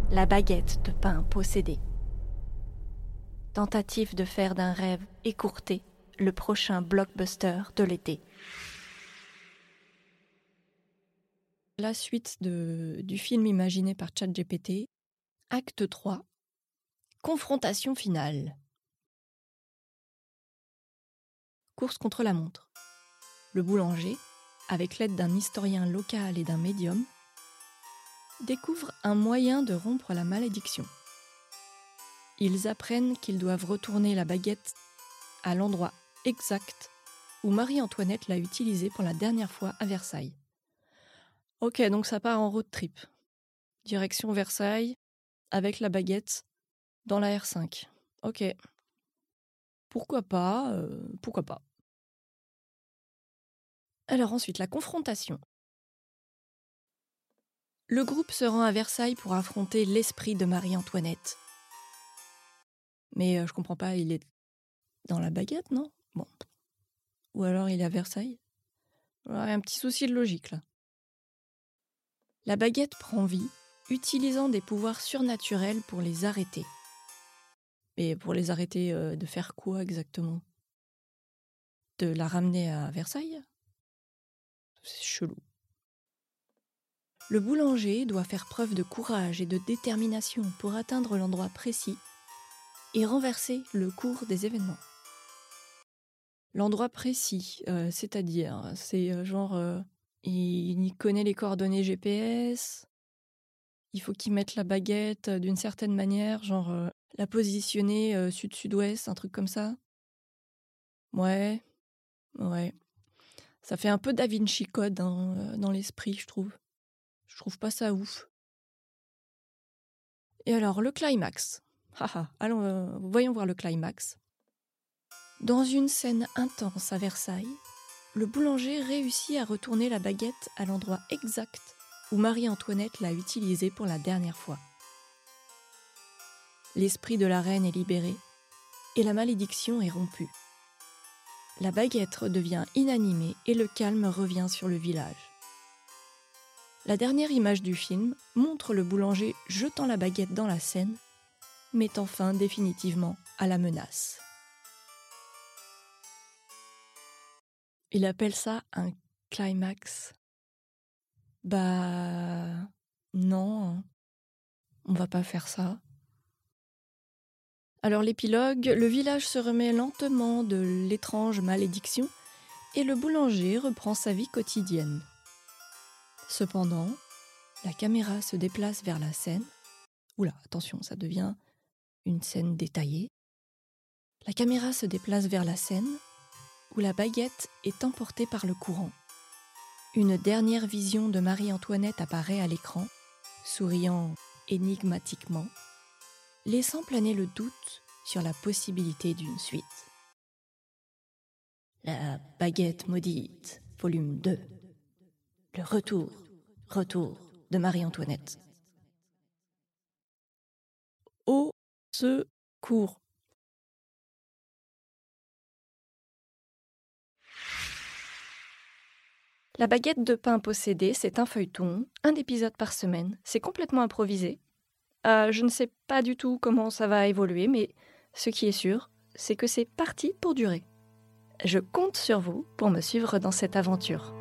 La baguette de pain possédée. Tentative de faire d'un rêve écourté le prochain blockbuster de l'été. La suite du film imaginé par ChatGPT, acte 3, confrontation finale. Course contre la montre. Le boulanger, avec l'aide d'un historien local et d'un médium, découvre un moyen de rompre la malédiction. Ils apprennent qu'ils doivent retourner la baguette à l'endroit exact où Marie-Antoinette l'a utilisée pour la dernière fois à Versailles. Ok, donc ça part en road trip. Direction Versailles, avec la baguette dans la R5. Ok. Pourquoi pas, pourquoi pas. Alors ensuite, la confrontation. Le groupe se rend à Versailles pour affronter l'esprit de Marie-Antoinette. Mais je comprends pas, il est dans la baguette, non ? Bon. Ou alors il est à Versailles ? Ouais, un petit souci de logique, là. La baguette prend vie, utilisant des pouvoirs surnaturels pour les arrêter. Mais pour les arrêter, de faire quoi exactement ? De la ramener à Versailles ? C'est chelou. Le boulanger doit faire preuve de courage et de détermination pour atteindre l'endroit précis et renverser le cours des événements. L'endroit précis, c'est-à-dire, c'est genre, il connaît les coordonnées GPS, il faut qu'il mette la baguette d'une certaine manière, genre la positionner sud-sud-ouest, un truc comme ça. Ouais. Ça fait un peu Da Vinci Code hein, dans l'esprit, je trouve. Je trouve pas ça ouf. Et alors, le climax. Allons, voyons voir le climax. Dans une scène intense à Versailles, le boulanger réussit à retourner la baguette à l'endroit exact où Marie-Antoinette l'a utilisée pour la dernière fois. L'esprit de la reine est libéré et la malédiction est rompue. La baguette redevient inanimée et le calme revient sur le village. La dernière image du film montre le boulanger jetant la baguette dans la Seine, mettant fin définitivement à la menace. Il appelle ça un climax. Bah non, on va pas faire ça. Alors l'épilogue, le village se remet lentement de l'étrange malédiction et le boulanger reprend sa vie quotidienne. Cependant, la caméra se déplace vers la Seine. Oula, attention, ça devient une scène détaillée. La caméra se déplace vers la Seine, où la baguette est emportée par le courant. Une dernière vision de Marie-Antoinette apparaît à l'écran, souriant énigmatiquement, laissant planer le doute sur la possibilité d'une suite. La baguette maudite, volume 2. Le retour de Marie-Antoinette. Au secours. La baguette de pain possédée, c'est un feuilleton, un épisode par semaine. C'est complètement improvisé. Je ne sais pas du tout comment ça va évoluer, mais ce qui est sûr, c'est que c'est parti pour durer. Je compte sur vous pour me suivre dans cette aventure.